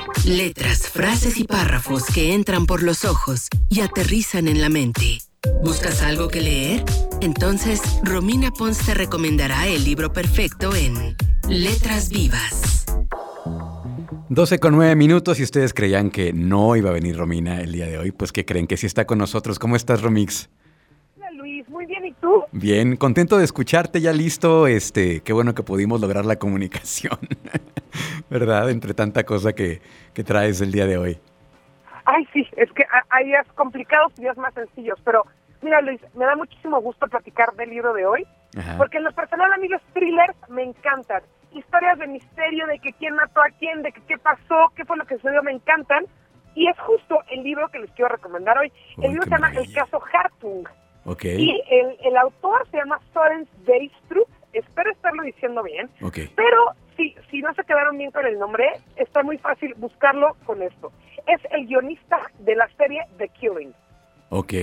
Letras, frases y párrafos que entran por los ojos y aterrizan en la mente. ¿Buscas algo que leer? Entonces, Romina Pons te recomendará el libro perfecto en Letras Vivas. 12:09 y ustedes creían que no iba a venir Romina el día de hoy, pues ¿qué creen? Que sí está con nosotros. ¿Cómo estás, Romix? Hola, Luis, muy bien, ¿y tú? Bien, contento de escucharte, ya listo, qué bueno que pudimos lograr la comunicación, ¿verdad? Entre tanta cosa que traes el día de hoy. Ay, sí, es que hay días complicados y días más sencillos, pero mira, Luis, me da muchísimo gusto platicar del libro de hoy, porque en lo personal, amigos, thrillers me encantan. Historias de misterio, de que quién mató a quién, de que qué pasó, qué fue lo que sucedió, me encantan. Y es justo el libro que les quiero recomendar hoy. El libro se llama El caso Hartung. Okay. Y el autor se llama Søren Sveistrup. Espero estarlo diciendo bien. Okay. Pero si no se quedaron bien con el nombre, está muy fácil buscarlo con esto. Es el guionista de la serie The Killing. Ok.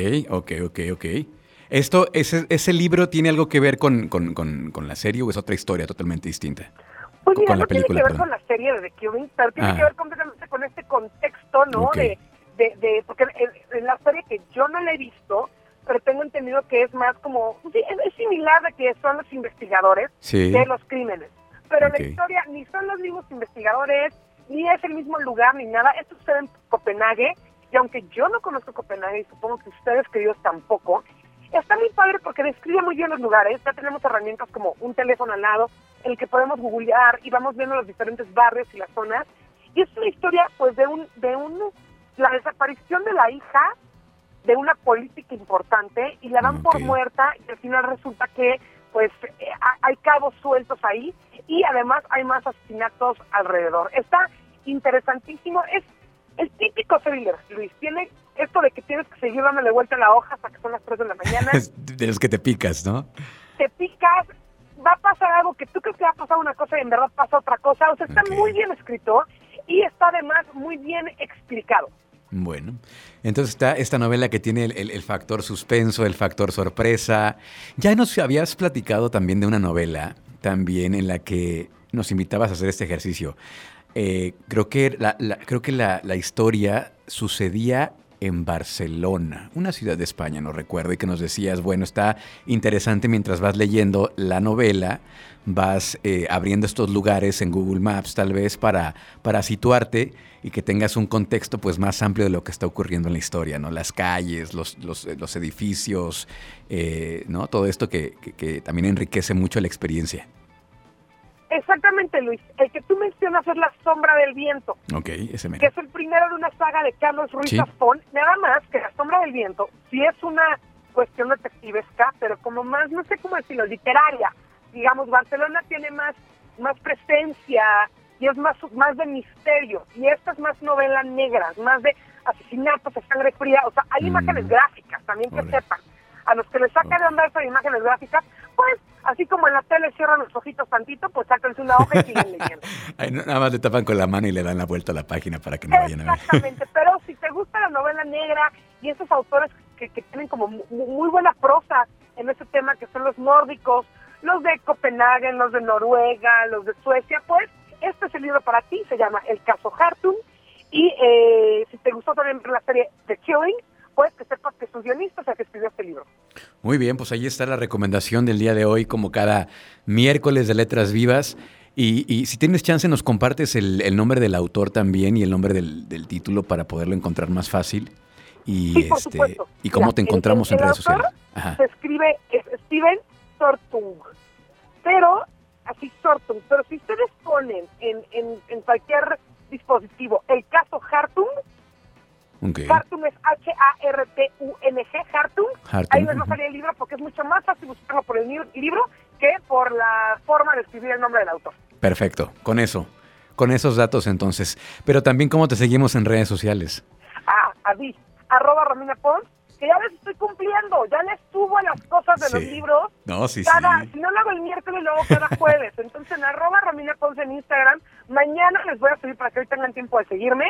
¿Ese libro tiene algo que ver con la serie o es otra historia totalmente distinta? Pues mira, con la no tiene película, que ver con la serie de The Killing, pero tiene que ver completamente con este contexto, ¿no? Okay. Porque en la serie que yo no la he visto, pero tengo entendido que es más como, sí, es similar de que son los investigadores de los crímenes. Pero la historia ni son los mismos investigadores, ni es el mismo lugar, ni nada. Esto sucede en Copenhague, y aunque yo no conozco Copenhague, y supongo que ustedes, queridos, tampoco, está muy padre porque describe muy bien los lugares. Ya tenemos herramientas como un teléfono al lado, en el que podemos googlear y vamos viendo los diferentes barrios y las zonas. Y es una historia, pues, la desaparición de la hija de una política importante y la dan por muerta y al final resulta que, pues, hay cabos sueltos ahí y además hay más asesinatos alrededor. Está interesantísimo. Es el típico thriller, Luis. Tiene esto de que tienes que seguir dándole vuelta a la hoja hasta que son las 3 de la mañana. De los que te picas, ¿no? Te picas, va a pasar algo que tú crees que va a pasar una cosa y en verdad pasa otra cosa. O sea, está muy bien escrito y está además muy bien explicado. Bueno, entonces está esta novela que tiene el factor suspenso, el factor sorpresa. Ya nos habías platicado también de una novela, también en la que nos invitabas a hacer este ejercicio. Creo que la historia sucedía en Barcelona, una ciudad de España, no recuerdo, y que nos decías, bueno, está interesante mientras vas leyendo la novela, vas abriendo estos lugares en Google Maps tal vez para situarte y que tengas un contexto pues más amplio de lo que está ocurriendo en la historia, ¿no? Las calles, los edificios, ¿no? Todo esto que también enriquece mucho la experiencia. Exactamente, Luis. El que tú mencionas es La sombra del viento. Ok, ese mero. Que es el primero de una saga de Carlos Ruiz Zafón. Nada más que La sombra del viento sí es una cuestión detectivesca, pero como más, no sé cómo decirlo, literaria. Digamos, Barcelona tiene más presencia y es más de misterio. Y esta es más novela negra, más de asesinatos, de sangre fría. O sea, hay imágenes gráficas, también que sepan. A los que les saca de onda esas imágenes gráficas, pues, así como en la tele cierran los ojitos tantito, pues sáquense una hoja y siguen leyendo. Ay, no, nada más le tapan con la mano y le dan la vuelta a la página para que no vayan a ver. Exactamente, pero si te gusta la novela negra y esos autores que tienen como muy buena prosa en ese tema, que son los nórdicos, los de Copenhague, los de Noruega, los de Suecia, pues, este es el libro para ti, se llama El caso Hartung, y si te gustó también la serie The Killing, pues que sepas que su guionista es el que escribió este libro. Muy bien, pues ahí está la recomendación del día de hoy, como cada miércoles de Letras Vivas. Y si tienes chance, nos compartes el nombre del autor también y el nombre del título para poderlo encontrar más fácil. Y, sí, por supuesto. Y cómo te encontramos en redes sociales. Ajá. Se escribe Steven Sortung, pero así Sortung. Pero si ustedes ponen en cualquier dispositivo el caso Hartung, Hartung es Hartung, ahí les va a salir el libro porque es mucho más fácil buscarlo por el libro que por la forma de escribir el nombre del autor. Perfecto, con esos datos entonces. Pero también, ¿cómo te seguimos en redes sociales? Así, @Romina Pons, que ya les estoy cumpliendo, ya les subo las cosas de los libros. No, sí. Si no lo hago el miércoles, lo hago cada jueves. Entonces en @Romina Pons en Instagram, mañana les voy a subir para que hoy tengan tiempo de seguirme,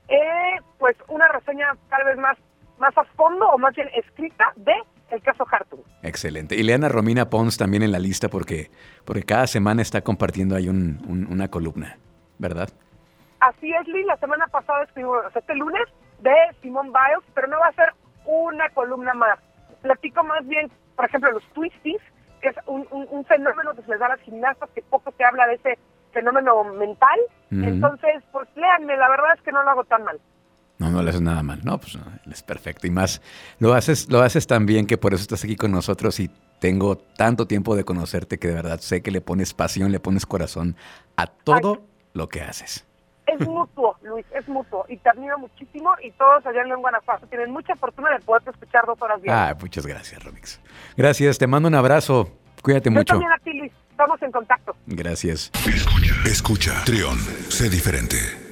pues una reseña tal vez más a fondo o más bien escrita de el caso Hartung. Excelente. Y lean a Romina Pons también en la lista porque cada semana está compartiendo ahí una columna, ¿verdad? Así es, Liz, la semana pasada escribimos, este lunes, de Simone Biles, pero no va a ser una columna más. Platico más bien, por ejemplo, los twisties, que es un fenómeno que se les da a las gimnastas, que poco se habla de ese fenómeno mental. Entonces, pues léanme, la verdad es que no lo hago tan mal. No le haces nada mal. No, pues no, es perfecto. Y más, lo haces tan bien que por eso estás aquí con nosotros y tengo tanto tiempo de conocerte que de verdad sé que le pones pasión, le pones corazón a todo lo que haces. Es mutuo, Luis, es mutuo. Y te admiro muchísimo y todos allá en León, Guanajuato tienen mucha fortuna de poderte escuchar 2 horas bien. Muchas gracias, Romix. Gracias, te mando un abrazo. Cuídate mucho. Yo también a ti, Luis. Estamos en contacto. Gracias. Escucha. Trión, sé diferente.